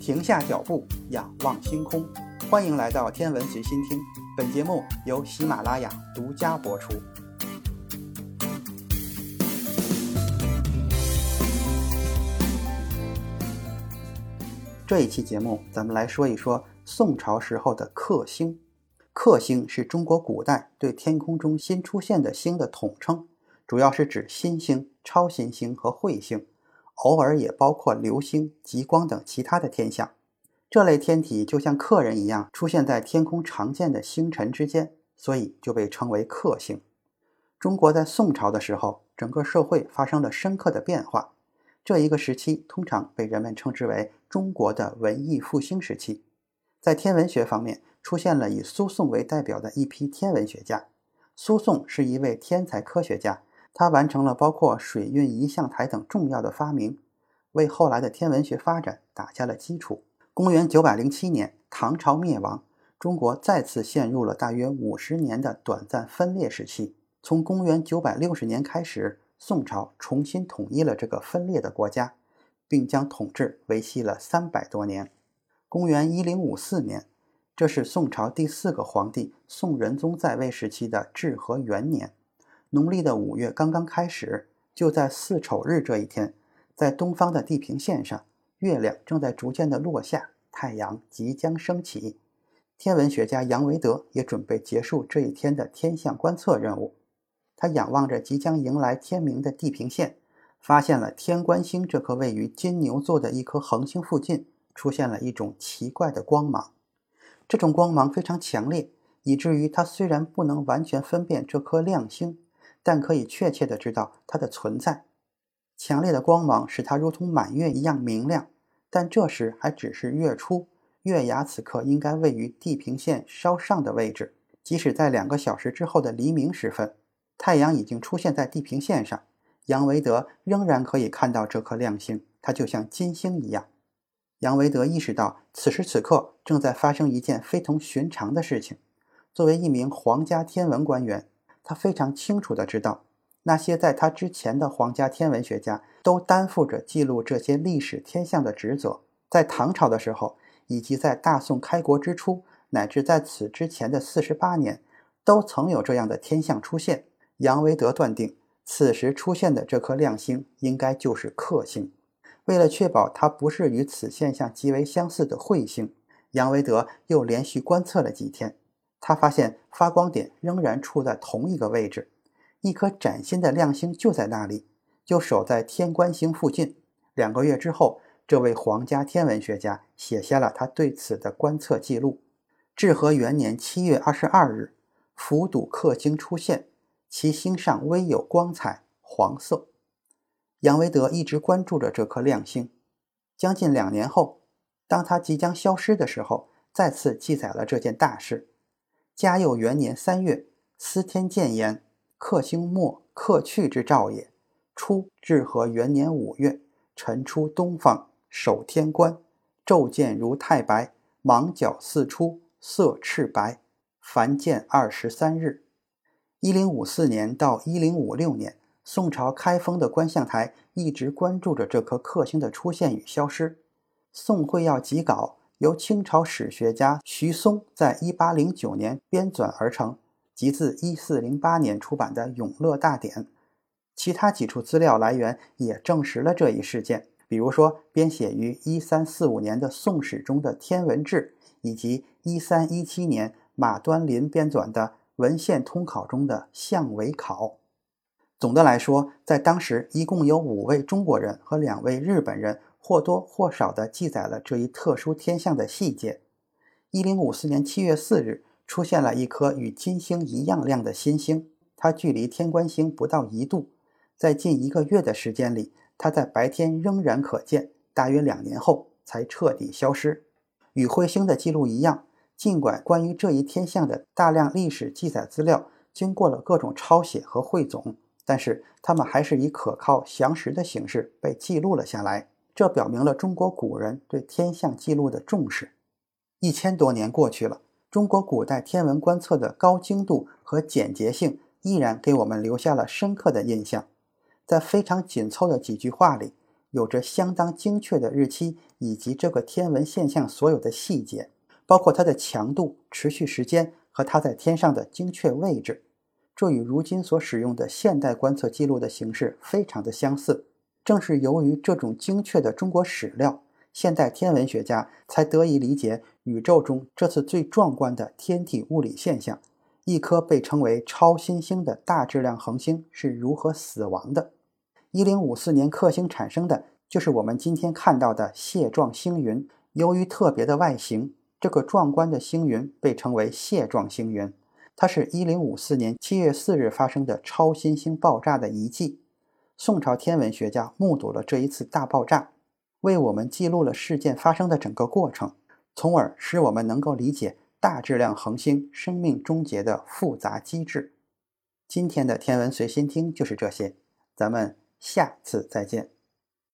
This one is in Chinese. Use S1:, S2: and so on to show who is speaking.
S1: 停下脚步，仰望星空。欢迎来到天文随心听，本节目由喜马拉雅独家播出。这一期节目，咱们来说一说宋朝时候的克星。克星是中国古代对天空中新出现的星的统称，主要是指新星、超新星和彗星，偶尔也包括流星、极光等其他的天象。这类天体就像客人一样出现在天空常见的星辰之间，所以就被称为克星。中国在宋朝的时候，整个社会发生了深刻的变化。这一个时期通常被人们称之为中国的文艺复兴时期。在天文学方面，出现了以苏颂为代表的一批天文学家。苏颂是一位天才科学家，他完成了包括水运仪象台等重要的发明，为后来的天文学发展打下了基础。公元907年，唐朝灭亡，中国再次陷入了大约50年的短暂分裂时期。从公元960年开始，宋朝重新统一了这个分裂的国家，并将统治维系了300多年。公元1054年，这是宋朝第4个皇帝宋仁宗在位时期的至和元年。农历的5月刚刚开始，就在巳丑日这一天，在东方的地平线上，月亮正在逐渐的落下，太阳即将升起。天文学家杨维德也准备结束这一天的天象观测任务。他仰望着即将迎来天明的地平线，发现了天官星这颗位于金牛座的一颗恒星附近出现了一种奇怪的光芒。这种光芒非常强烈，以至于他虽然不能完全分辨这颗亮星，但可以确切地知道它的存在。强烈的光芒使它如同满月一样明亮，但这时还只是月初，月牙此刻应该位于地平线稍上的位置。即使在2个小时之后的黎明时分，太阳已经出现在地平线上，杨维德仍然可以看到这颗亮星，它就像金星一样。杨维德意识到此时此刻正在发生一件非同寻常的事情。作为一名皇家天文官员，他非常清楚地知道，那些在他之前的皇家天文学家都担负着记录这些历史天象的职责。在唐朝的时候，以及在大宋开国之初，乃至在此之前的48年，都曾有这样的天象出现。杨维德断定，此时出现的这颗亮星应该就是克星。为了确保它不是与此现象极为相似的彗星，杨维德又连续观测了几天。他发现发光点仍然处在同一个位置，一颗崭新的亮星就在那里，就守在天官星附近。2个月之后，这位皇家天文学家写下了他对此的观测记录。至和元年7月22日，伏睹克星出现，其星上微有光彩，黄色。杨维德一直关注着这颗亮星。将近2年后，当它即将消失的时候，再次记载了这件大事。嘉佑元年3月，司天监言：克星没，克去之兆也。初，至和元年5月，晨出东方，守天官，昼见如太白，芒角四出，色赤白，凡见23日。1054年到1056年，宋朝开封的观象台一直关注着这颗克星的出现与消失。宋会要集稿由清朝史学家徐松在1809年编纂而成，即自1408年出版的《永乐大典》。其他几处资料来源也证实了这一事件，比如说编写于1345年的《宋史》中的《天文志》，以及1317年马端林编纂的《文献通考》中的《象尾考》。总的来说，在当时一共有5位中国人和2位日本人或多或少地记载了这一特殊天象的细节。1054年7月4日，出现了一颗与金星一样亮的新星，它距离天官星不到1度，在近1个月的时间里，它在白天仍然可见，大约2年后才彻底消失。与彗星的记录一样，尽管关于这一天象的大量历史记载资料经过了各种抄写和汇总，但是它们还是以可靠详实的形式被记录了下来。这表明了中国古人对天象记录的重视。1000多年过去了，中国古代天文观测的高精度和简洁性依然给我们留下了深刻的印象。在非常紧凑的几句话里， 有着相当精确的日期以及这个天文现象所有的细节，包括它的强度、持续时间和它在天上的精确位置。这与如今所使用的现代观测记录的形式非常的相似。正是由于这种精确的中国史料，现代天文学家才得以理解宇宙中这次最壮观的天体物理现象，一颗被称为超新星的大质量恒星是如何死亡的。1054年克星产生的就是我们今天看到的蟹状星云。由于特别的外形，这个壮观的星云被称为蟹状星云。它是1054年7月4日发生的超新星爆炸的遗迹。宋朝天文学家目睹了这一次大爆炸，为我们记录了事件发生的整个过程，从而使我们能够理解大质量恒星生命终结的复杂机制。今天的天文随心听就是这些，咱们下次再见。